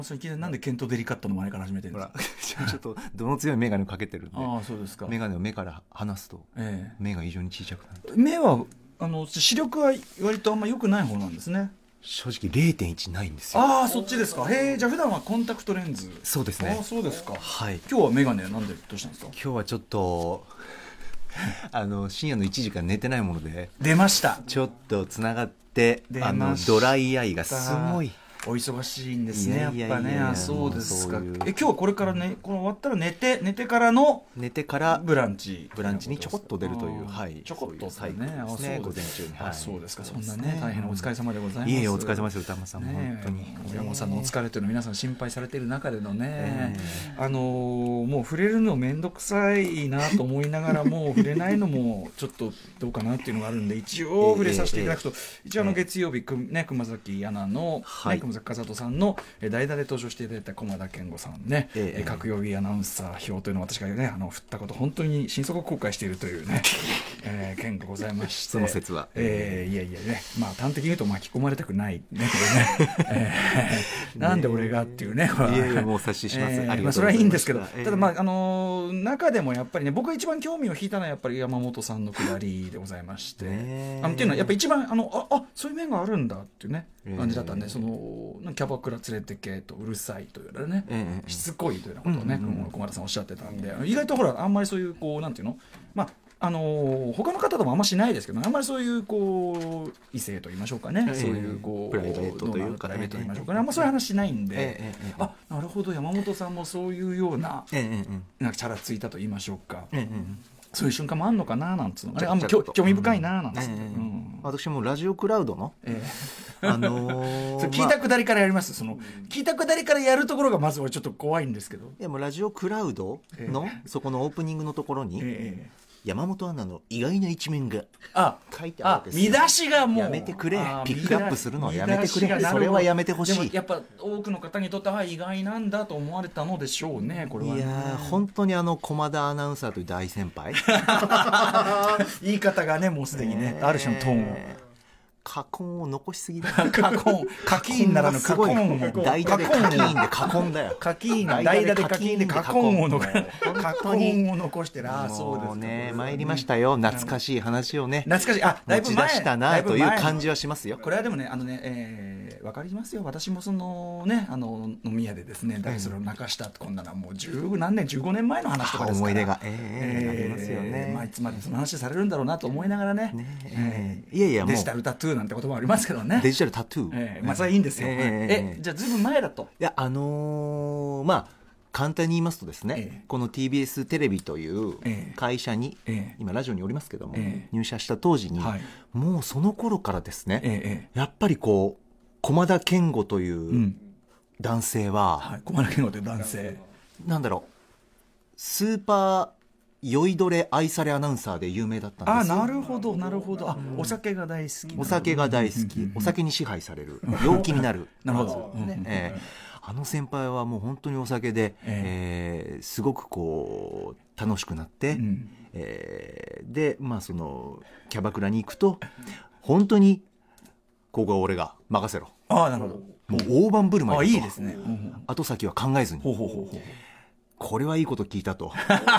それいきなりなんでケントデリカットの前から始めてるんですか？ ちょっとどの強い眼鏡をかけてるんで、 ああそうですか。 眼鏡を目から離すと、目が異常に小さくなる。 目は視力は割とあんま良くない方なんですね。 正直 0.1 ないんですよ。 ああそっちですか。へえ、じゃあ普段はコンタクトレンズ。 そうですね。 ああそうですか。 はい。 今日は眼鏡なんでどうしたんですか？ 今日はちょっと深夜の1時から寝てないもので出ました。 ちょっとつながってドライアイがすごいお忙しいんですね。やっぱね。あそうですか。 今日はこれからね、この終わったら寝てからブランチにちょこっと出るという、はい、 ちょこっと最高ですね。午前中に。 あそうですか。そんなね大変なお疲れ様でございます。 いえいえお疲れ様です。歌間さんも本当に山本さんのお疲れというの皆さん心配されている中でのね、もう触れるのめんどくさいなと思いながらも触れないのもちょっとどうかなっていうのがあるんで一応触れさせていただくと、一応月曜日熊崎アナの熊崎和人さんの代打で登場していただいた駒田健吾さんね、各曜日アナウンサー表というのを私がね振ったこと本当に心底後悔しているというね件がございまして、 その説は、 いやね、まあ端的に言うと巻き込まれたくないねこれね、なんで俺がっていうね、 いやいやもう察しします、 まあ、それはいいんですけど、ただまあ中でもやっぱりね僕が一番興味を引いたのはやっぱり山本さんのくだりでございまして、っていうのはやっぱり一番そういう面があるんだっていうね感じだったんで、そのキャバクラ連れてけとうるさいというね、しつこいというようなことをね、駒田さんおっしゃってたんで、意外とほらあんまりそういうこうなんていうの、まあ他の方ともあんましないですけど、あんまりそういうこう異性と言いましょうかね、そういうこうプライベートというかプライベートと言いましょうかね、あんまそういう話しないんで、なるほど山本さんもそういうようななんかチャラついたと言いましょうか、そういう瞬間もあんのかななんつうの、あんま興味深いななんつって、 私もラジオクラウドの聞いたくだりからやります。その聞いたくだりからやるところがまず俺ちょっと怖いんですけど、 いやもうラジオクラウドのそこのオープニングのところに、山本アナの意外な一面が書いてあるわけですよ。 見出しがもうやめてくれ、ピックアップするのはやめてくれ、それはやめてほしい。 でもやっぱ多くの方にとっては意外なんだと思われたのでしょうね、これはね。 いや本当に駒田アナウンサーという大先輩言い方がねもうすでにね、ある種のトーンをカコンを残しすぎだ。 カキーンならぬカコンを代打でカキーンでカコンだよ。 カキーン代打でカキーンでカコンを残してる。そうですね。 参りましたよ、懐かしい話をね、 懐かしいだいぶ持ち出したなという感じはしますよ。 これはでもねわかりますよ。私もそのね飲み屋でですね誰それを泣かしたこんなのはもう十何年15年前の話とかですから、 思い出がありますよね。 いつまでその話されるんだろうなと思いながらね、 いやいやもうデジタルタトゥーなんて言葉もありますけどね。 デジタルタトゥー、 まあそれはいいんですよ。じゃあずいぶん前だと。 いやまあ簡単に言いますとですね、この TBS テレビという会社に、今ラジオにおりますけども、入社した当時に、もうその頃からですね、やっぱりこう駒田健吾という男性は、 駒田健吾という男性なんだろう、スーパー酔いどれ愛されアナウンサーで有名だったんですよ。 なるほどなるほど。お酒が大好き、 お酒が大好き、お酒に支配される、陽気になるなるほど、 先輩はもう本当にお酒で、すごくこう楽しくなって、でまあそのキャバクラに行くと本当にここは俺が任せろ、 なるほど、 もう大盤振る舞いだと、 いいですね、 後先は考えずに、これはいいこと聞いたと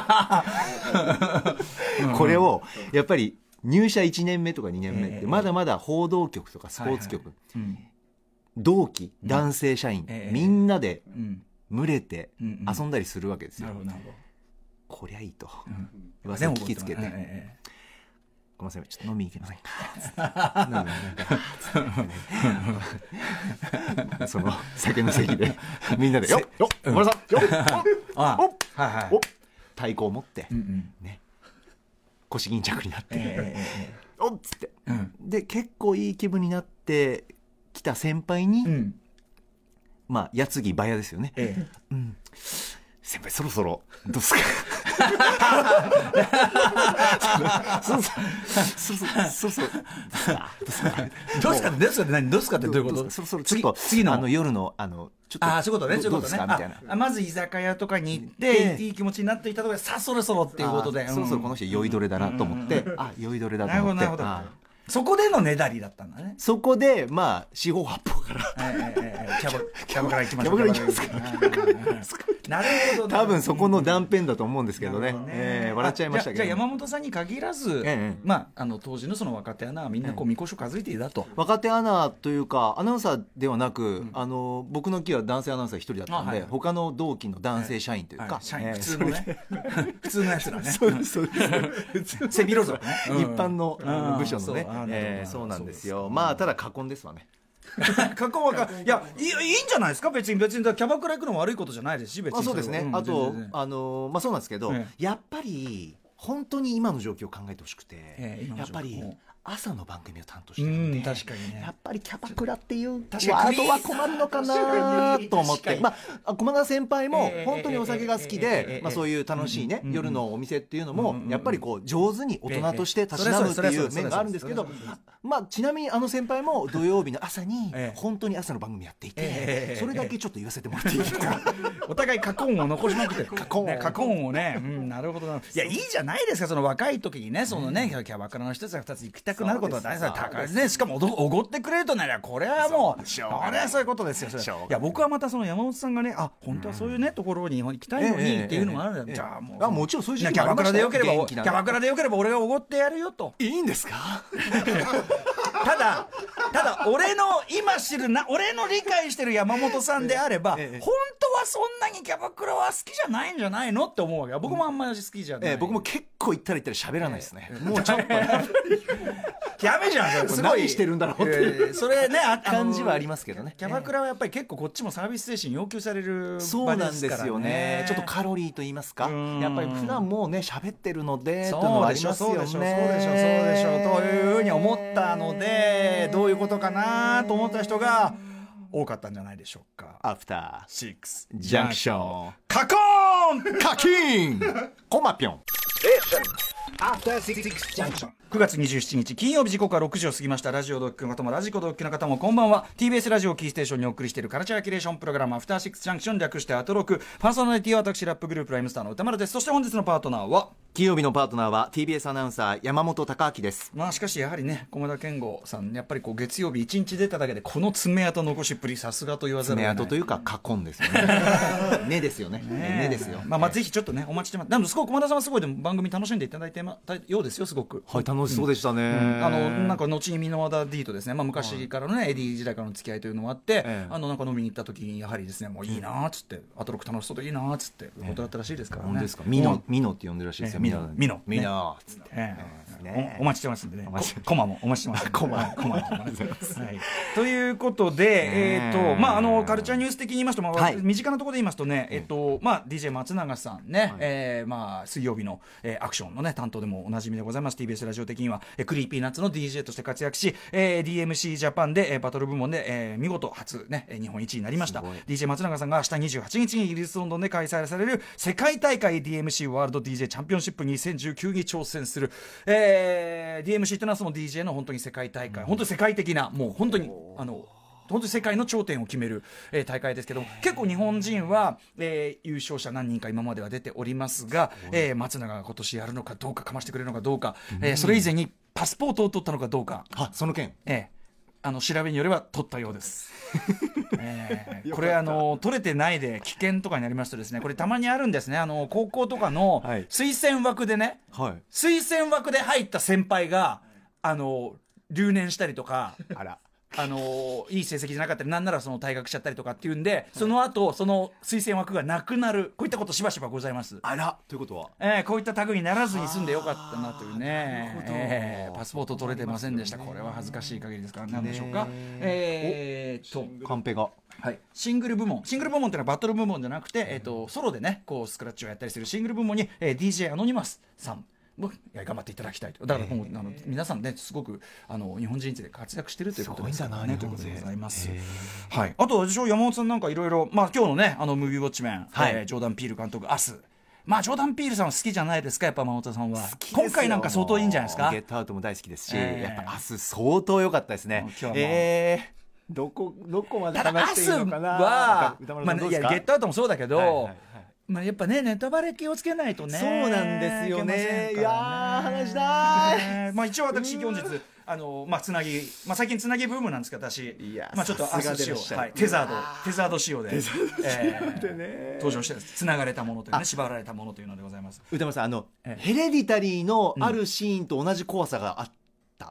これをやっぱり入社1年目とか2年目ってまだまだ報道局とかスポーツ局、同期男性社員、みんなで群れて遊んだりするわけですよ。こりゃいいと噂を聞きつけて、ごめんなさいちょっと飲みに行けませんかその酒の席でみんなでよっよっごめんなさいよっ太鼓を持ってね、腰巾着になっておっつって、で結構いい気分になってきた先輩に、まあ矢継ぎ早ですよね、先輩そろそろどうすかそろそろってどういうこと？ そろそろちょっと次の夜のちょっとそういうことね、 どうですかみたいな、 まず居酒屋とかに行っていい気持ちになっていたところでそろそろっていうことで、 そろそろこの人酔いどれだなと思って、酔いどれだと思って、 そこでのねだりだったんだね。 そこでまあ四方八方からキャバから行きましょう。なるほど、 多分そこの断片だと思うんですけどね。笑っちゃいましたけど。 じゃあ山本さんに限らず、まあ当時のその若手アナはみんなこうみこしを担いでいたと。 若手アナというかアナウンサーではなく、僕の期は男性アナウンサー一人だったんで、他の同期の男性社員というか、 普通のね、普通のやつらね。 そうです。 背広族ね。 一般の部署のね。そうなんですよ。まあただ過言ですわね。 過去はいやいいんじゃないですか。別にキャバクラ行くのも悪いことじゃないですし、別に。 そうですね。あとまあそうなんですけど、やっぱり本当に今の状況を考えてほしくて、やっぱり朝の番組を担当してるので、 確かにね、 やっぱりキャバクラっていうワードは困るのかなと思って、まあ駒田先輩も本当にお酒が好きで、まあそういう楽しいね夜のお店っていうのもやっぱりこう上手に大人としてたしなむっていう面があるんですけど、まあちなみに先輩も土曜日の朝に本当に朝の番組やっていて、それだけちょっと言わせてもらっていいですか。 お互い過去音を残しまくってる。過去音をね、なるほどな。いやいいじゃないですか。その若い時にね、そのねキャバクラの人たちが2つ行きたくなることは大事だ。高いね。しかもおごってくれるとならこれはもうあれはそういうことですよ。いや僕はまたその山本さんがね、本当はそういうねところに行きたいのにっていうのがあるんだ。じゃあもちろんそういう時期キャバクラでよければ俺がおごってやるよと。 いいんですか。 ただ俺の今俺の理解してる山本さんであれば、本当はそんなにキャバクラは好きじゃないんじゃないのって思うわけ。僕もあんまり好きじゃない。 僕も結構行ったら喋らないですね。もうちょっとやめじゃん。 すごいしてるんだろうってそれね感じはありますけどね。 キャバクラはやっぱり結構こっちもサービス精神要求される場ですからね。 そうなんですよね。ちょっとカロリーと言いますか、やっぱり普段もうね喋ってるのでというのはありますよね。 そうでしょというふうに思ったので、どういうことかなと思った人が多かったんじゃないでしょうか。 アフターシックスジャンクションカコーンカキーンコマピョン 9月27日金曜日、時刻は6時を過ぎました。ラジオドッキの方もラジコドッキの方もこんばんは。 TBS ラジオキーステーションにお送りしているカルチャーキュレーションプログラムアフターシックスジャンクション、略してアトロク。パーソナリティは私ラップグループライムスターの歌丸です。そして本日のパートナーは金曜日のパートナーは TBS アナウンサー山本貴明です。 しかしやはりね、駒田健吾さんやっぱりこう月曜日1日出ただけでこの爪痕残しっぷり、さすがと言わざるを得ない。 爪痕というか過根ですよね。ねですよね。ねですよ。 ぜひちょっとねお待ちしてます。でもすごく駒田さんはすごいでも番組楽しんでいただいてたようですよ。すごく楽しそうでしたね。 なんか後に箕輪田 D とですね、昔からのねエディ時代からの付き合いというのがあって、なんか飲みに行った時にやはりですね、もういいなっつって、アトロク楽しそうでいいなっつってことだったらしいですからね。 本当ですか。ミノって呼んでるらしいですよ。ミノっつって、 お待ちしてますんでね。コマもお待ちしてます。コマということで、カルチャーニュース的に言いますと、身近なところで言いますとね、DJ 松永さんね、水曜日のアクションのね担当でもおなじみでございます。 TBS ラジオ的にはクリーピーナッツの DJ として活躍し、DMC ジャパンでバトル部門で見事初ね日本一になりました。 DJ 松永さんが明日28日にイギリスロンドンで開催される世界大会 DMC ワールド DJ チャンピオンシップ2019に挑戦する。DMC というのはその DJ の本当に世界大会、本当に世界的な、もう本当に本当に世界の頂点を決める、大会ですけど、結構日本人は、優勝者何人か今までは出ておりますが、松永が今年やるのかどうか、かましてくれるのかどうか、それ以前にパスポートを取ったのかどうか、 その件、 調べによれば取ったようです。これ取れてないで危険とかになりますとですね、これたまにあるんですね。高校とかの推薦枠でね、推薦枠で入った先輩が留年したりとか、いい成績じゃなかったり、なんならその退学しちゃったりとかっていうんで、その後その推薦枠がなくなる、こういったことしばしばございます。 ということは、 こういった類にならずに済んでよかったなというね。パスポート取れてませんでした。これは恥ずかしい限りですから、何でしょうか。 カンペが、 シングル部門っていうのはバトル部門じゃなくて、ソロでねこうスクラッチをやったりするシングル部門に、DJ アノニマスさん頑張っていただきたいと。だからもう皆さんねすごく日本人で活躍しているということですね。ということでございます。あと私は山本さんなんかいろいろ、今日のねムービーウォッチメン、ジョーダン・ピール監督、明日ジョーダン・ピールさんは好きじゃないですか。やっぱ山本さんは今回なんか相当いいんじゃないですか。 ゲットアウトも大好きですし、やっぱ明日相当良かったですね。どこまで話していいのかな。 ゲットアウトもそうだけど、やっぱねネタバレ気をつけないとね。 そうなんですよね。いや話したい。 一応私本日まあつなぎ、まあ最近つなぎブームなんですけど、私まあちょっと明日仕様、はい、テザード仕様で登場してつながれたものというね、縛られたものというのでございます。 歌丸さん、ヘレディタリーのあるシーンと同じ怖さがあった。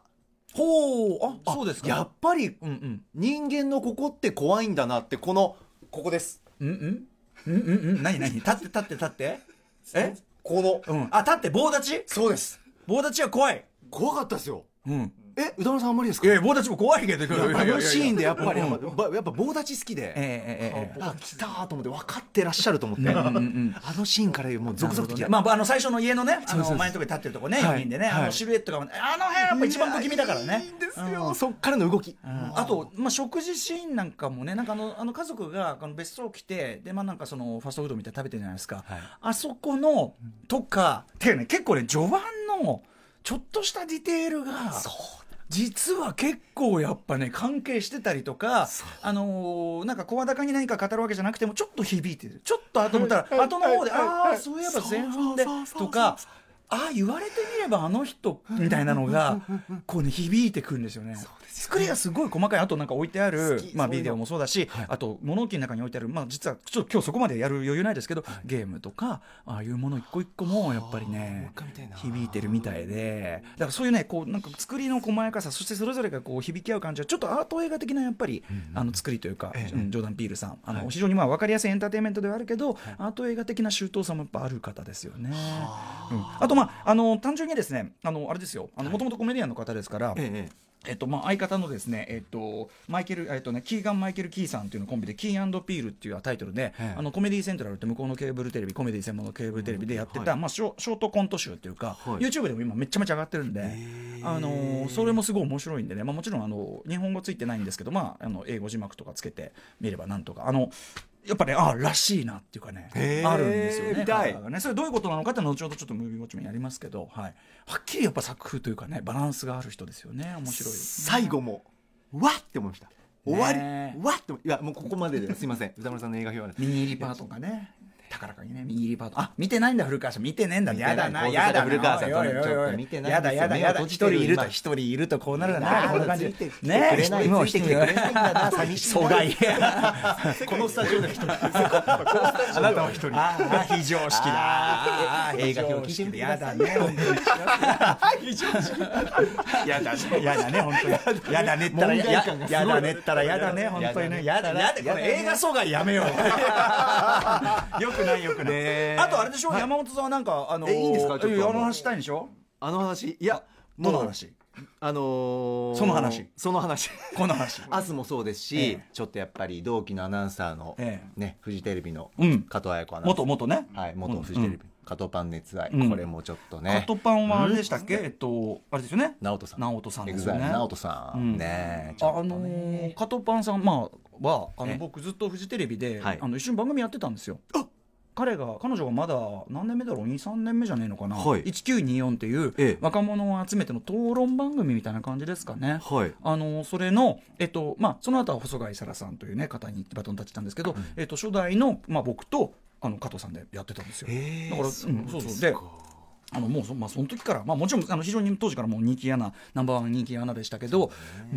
ほう、そうですか。 やっぱり人間のここって怖いんだなって、ここです。 何立ってこの、 立って棒立ち。 そうです。 棒立ちは怖い。 怖かったですよ。歌丸さんあんまりですか？ 棒立ちも怖いけど、 あのシーンでやっぱり棒立ち好きで、来たーと思って、分かってらっしゃると思って、あのシーンからもう続々と来た。 まあ最初の家のね、前のところに立ってるとこね、4人でね、シルエットが、あの辺やっぱ一番不気味だからね。 いいんですよ、そっからの動き。 あと、まあ食事シーンなんかもね、なんか家族が別荘来て、で、まあなんかそのファストフードみたいな食べてるじゃないですか。あそこの、とか、結構ね、序盤の、ちょっとしたディテールが、実は結構やっぱね関係してたりとか、なんか声高に何か語るわけじゃなくてもちょっと響いてる、ちょっと後の後の方でそういえば前半でとか、言われてみればあの人みたいなのがこうね響いてくるんですよね。作りがすごい細かい。あとなんか置いてあるまあビデオもそうだし、あと物置の中に置いてある、まあ実はちょっと今日そこまでやる余裕ないですけど、ゲームとかああいうもの一個一個もやっぱりね響いてるみたいで、だからそういうねこうなんか作りの細やかさ、そしてそれぞれがこう響き合う感じはちょっとアート映画的なやっぱり作りというか、ジョーダン・ピールさん非常にまあ分かりやすいエンターテインメントではあるけど、アート映画的な周到さもやっぱある方ですよね。あとまあ単純にですねあれですよ、もともとコメディアンの方ですから、まあ相方のですねキーガン・マイケル・キーさんというのコンビでキー&ピールっていうタイトルでコメディセントラルって向こうのケーブルテレビ、コメディ専門のケーブルテレビでやってたまあショートコント集っていうか YouTube でも今めちゃめちゃ上がってるんで、それもすごい面白いんでね、まあもちろん日本語ついてないんですけど、まあ英語字幕とかつけてみればなんとかやっぱねらしいなっていうかねあるんですよね。それどういうことなのかって後ほどちょっとムービーウォッチメンやりますけど、はっきりやっぱ作風というかねバランスがある人ですよね。面白い。 最後もわって思いました。終わりわって、いやもうここまでですいません。歌丸さんの映画表はミニリパートがね、高らかにねミニリパート、見てないんだ古川さん、見てねえんだ、やだなやだ古川さんちょっと見てないんですよ。 やだ一人いるとこうなるな、こんな感じでねえ、今来てくれないんだな、寂しい疎外このスタジオで一人、 あなたは一人、非常識だ、 映画表聞いてやだね非常識やだね本当にやだねったらやだね本当にね、やだこれ映画疎外やめようよくないあとあれでしょ、山本さんはなんかいいんですか、ちょっと話したいんでしょ。 話、いやどの話、 その話この話アスもそうですし、ちょっとやっぱり同期のアナウンサーのね、フジテレビの加藤綾子アナウンサー、 元ね、 元フジテレビ加藤パン熱愛、これもちょっとね、 加藤パンはあれでしたっけ、あれですよね、 直人さんですよね、 直人さんね、 加藤パンさんは僕ずっとフジテレビで一緒に番組やってたんですよ。彼女がまだ何年目だろう、2、3年目じゃねえのかな、1924っていう若者を集めての討論番組みたいな感じですかね。それのその後は細貝沙羅さんというね方にバトンタッチしたんですけど、初代の僕と加藤さんでやってたんですよ。だからそうでもうその時から、もちろん非常に当時からもう人気アナ、ナンバーワン人気アナでしたけど、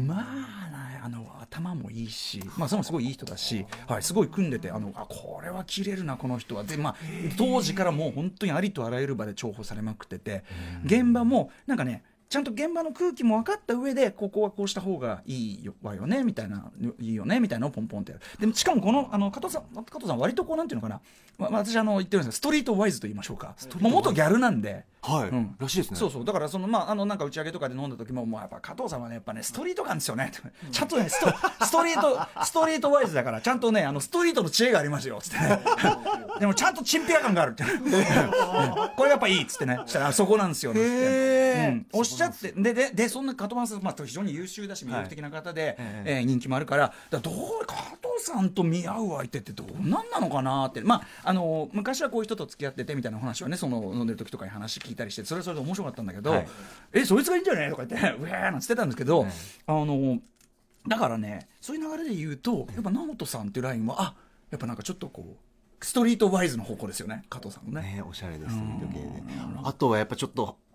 頭もいいし、それもすごいいい人だし、すごい組んでてこれは切れるなこの人はで、当時からもう本当にありとあらゆる場で重宝されまくってて、現場もなんかねちゃんと現場の空気も分かった上でここはこうした方がいいわよねみたいな、いいよねみたいなのをポンポンってやる。でもしかもこの加藤さん割とこうなんていうのかな、私言ってるんですがストリートワイズと言いましょうか、元ギャルなんで、 らしいですね。 そうだからなんか打ち上げとかで飲んだ時もやっぱ加藤さんはねやっぱねストリート感ですよねちゃんとねストリートワイズだからちゃんとねストリートの知恵がありますよつってねでもちゃんとチンピラ感があるってこれやっぱいいっつってね、したらそこなんですよねおっしゃってでそんな加藤さん非常に優秀だし魅力的な方で人気もあるから加藤さんと見合う相手ってどうなんなのかなって、昔はこういう人と付き合っててみたいな話はねその飲んでる時とかに話聞いたりして、それはそれで面白かったんだけど、そいつがいいんじゃないとか言ってうわーなんつってたんですけど、だからねそういう流れで言うとやっぱ直人さんっていうラインはやっぱなんかちょっとこうストリートワイズの方向ですよね、加藤さんのね。 おしゃれでストリート系で、あとはやっぱちょっと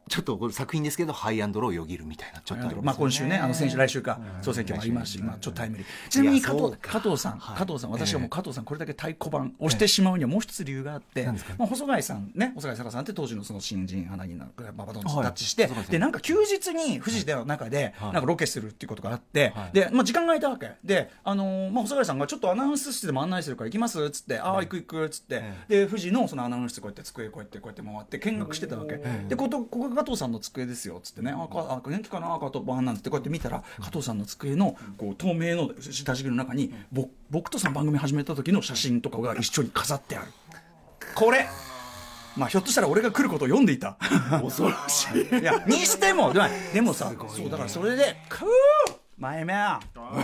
ちょっとこれ作品ですけどハイアンドローをよぎるみたいなちょっとありますよね。 まあ今週ね先週来週か総選挙もありますし、まあちょっとタイムリー。ちなみに加藤さん、私はもう加藤さんこれだけ太鼓判をしてしまうにはもう一つ理由があって、まあ細貝さんね、細貝坂さんって当時のその新人花木のバトンとタッチして、でなんか休日に富士の中でなんかロケするっていうことがあって、でまあ時間が空いたわけで、まあ細貝さんがちょっとアナウンス室でも案内するから行きますっつって、ああ行く行くっつって、で富士のそのアナウンス室こうやって机こうやって回って見学してたわけで、ここが加藤さんの机ですよっつってね、元気かな加藤バーンなんつってこうやって見たら、加藤さんの机のこう透明の下敷きの中に僕とその番組始めた時の写真とかが一緒に飾ってある。これまあひょっとしたら俺が来ることを読んでいた。 恐ろしい。 いやにしてもでもさ、そうだからそれでマイメン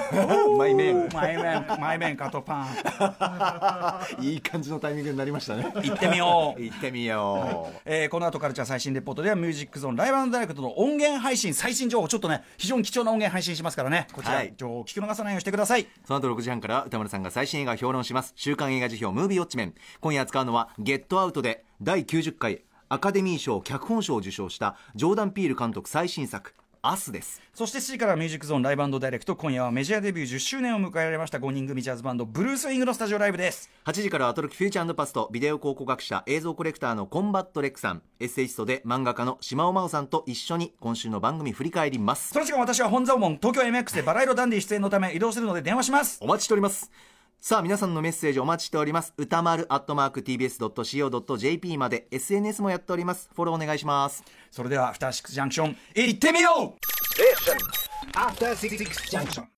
加藤パンいい感じのタイミングになりましたね。 行ってみよう、 はい。この後カルチャー最新レポートではミュージックゾーンライブ&ダイレクトの音源配信最新情報、ちょっとね非常に貴重な音源配信しますからね、こちら、情報を聞き逃さないようにしてください。 その後6時半から歌丸さんが最新映画を評論します週刊映画辞表ムービーウォッチメン。今夜扱うのはゲットアウトで第90回アカデミー賞脚本賞を受賞したジョーダン・ピール監督最新作アスです。 そして7時からミュージックゾーンライブ&ダイレクト、今夜はメジャーデビュー10周年を迎えられました5人組ジャズバンドブルースウィングのスタジオライブです。 8時からアトロキフューチャー&パスト、ビデオ考古学者映像コレクターのコンバットレックさん、エッセイストで漫画家の島尾真央さんと一緒に今週の番組振り返ります。 その時間私は本座門東京 MX でバラ色ダンディ出演のため移動するので電話します。 お待ちしております。さあ皆さんのメッセージお待ちしております。歌丸@tbs.co.jp まで。 SNS もやっております。フォローお願いします。 それではアフターシックスジャンクション行ってみよう。 After 66 junction.